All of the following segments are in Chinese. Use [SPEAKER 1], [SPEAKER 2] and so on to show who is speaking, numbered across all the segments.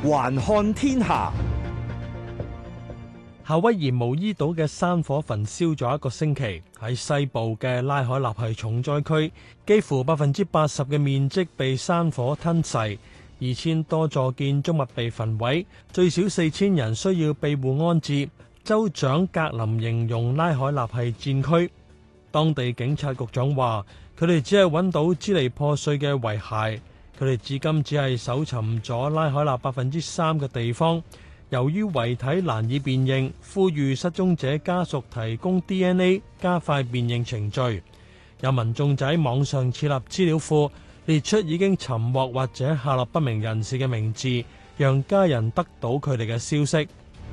[SPEAKER 1] 環看天下，
[SPEAKER 2] 夏威夷毛伊島嘅山火焚燒咗一個星期，喺西部嘅拉海納係重災區，幾乎80%嘅面積被山火吞噬，2000多座建築物被焚毀，最少4000人需要庇護安置。州長格林形容拉海納係戰區。當地警察局長話，佢哋只係揾到支離破碎嘅遺骸，佢哋至今只係搜尋咗拉海納3%嘅地方。由於遺體難以辨認，呼籲失蹤者家屬提供 DNA， 加快辨認程序。有民眾就喺網上設立資料庫，列出已經尋獲或者下落不明人士嘅名字，讓家人得到佢哋嘅消息。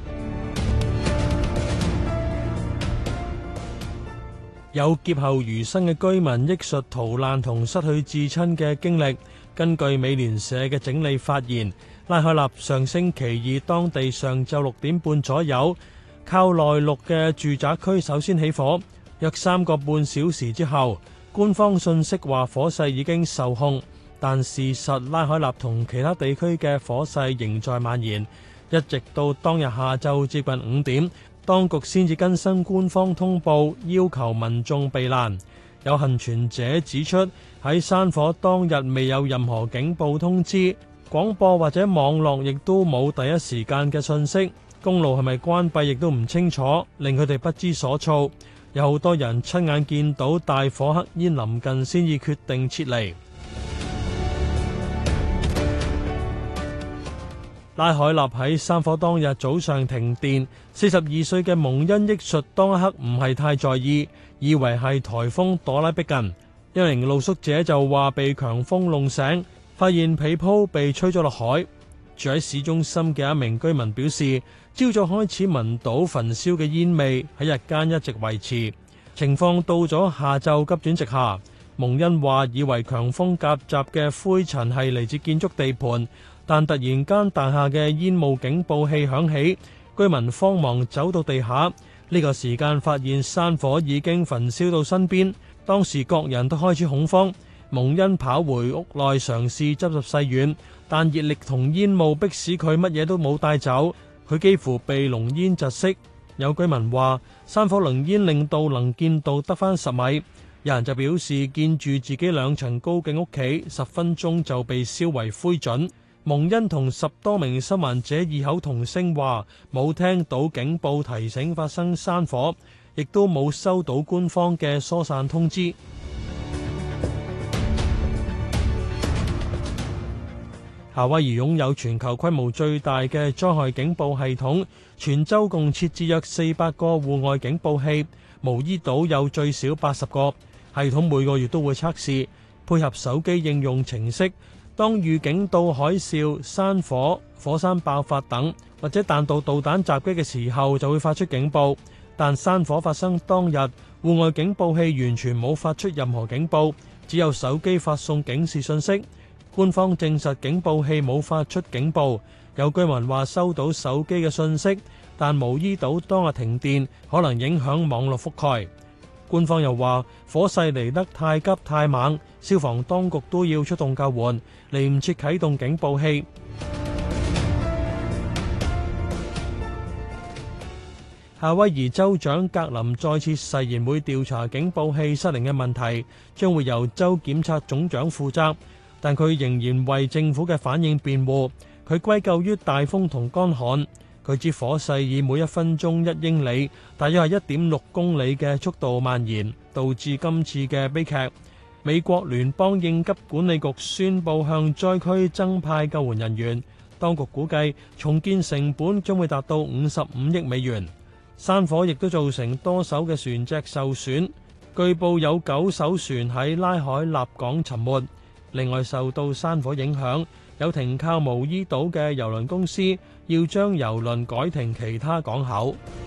[SPEAKER 2] 有劫後餘生嘅居民憶述逃難同失去至親嘅經歷。根據美聯社嘅整理發現，拉海納上星期二當地上晝6點半左右，靠內陸嘅住宅區首先起火，約3個半小時之後，官方信息話火勢已經受控，但事實拉海納同其他地區嘅火勢仍在蔓延，一直到當日下晝接近5點，當局先至更新官方通報，要求民眾避難。有幸存者指出，喺山火當日未有任何警報通知，廣播或者網絡亦都冇第一時間嘅信息，公路係咪關閉亦都唔清楚，令佢哋不知所措。有好多人親眼見到大火黑煙臨近先至決定撤離。拉海納喺山火當日早上停電，42歲嘅蒙恩憶述當一刻唔係太在意，以為係颱風朵拉逼近。一名露宿者就話被強風弄醒，發現被鋪被吹咗落海。住喺市中心嘅一名居民表示，朝早開始聞到焚燒嘅煙味，喺日間一直維持，情況到咗下晝急轉直下。蒙恩話以為強風夾雜嘅灰塵係嚟自建築地盤，但突然間大廈嘅煙霧警報器響起，居民慌忙走到地下，呢個時間發現山火已經焚燒到身邊，當時各人都開始恐慌。蒙恩跑回屋內嘗試執拾細軟，但熱力同煙霧迫使佢乜嘢都冇帶走，佢幾乎被濃煙窒息。有居民話山火濃煙令到能見度得返10米，有人就表示見住自己2層高嘅屋企10分鐘就被燒為灰燼。蒙恩同10多名生還者異口同聲話冇聽到警報提醒發生山火，亦都冇收到官方嘅疏散通知。夏威夷擁有全球規模最大嘅災害警報系統，全州共設置約400個戶外警報器，毛伊島有最少80個。系統每個月都會測試，配合手機應用程式。當預警到海嘯、山火、火山爆發等，或者彈道導彈襲擊嘅時候，就會發出警報。但山火發生當日，戶外警報器完全冇發出任何警報，只有手機發送警示信息。官方證實警報器冇發出警報。有居民話收到手機嘅信息，但毛伊島當日停電，可能影響網絡覆蓋。官方又話火勢嚟得太急太猛，消防當局都要出動救援，嚟唔切啟動警報器。夏威夷州長格林再次誓言會調查警報器失靈嘅問題，將會由州檢察總長負責，但佢仍然為政府嘅反應辯護。佢歸咎於大風同乾旱。佢指火勢以每1分鐘1英里，大約係1.6公里嘅速度蔓延，導致今次嘅悲劇。美國聯邦應急管理局宣布向災區增派救援人員，當局估計重建成本將會達到55億美元。山火亦都造成多艘嘅船隻受損，據報有9艘船喺拉海納港沉沒。另外受到山火影響，有停靠毛伊島嘅郵輪公司要將郵輪改停其他港口。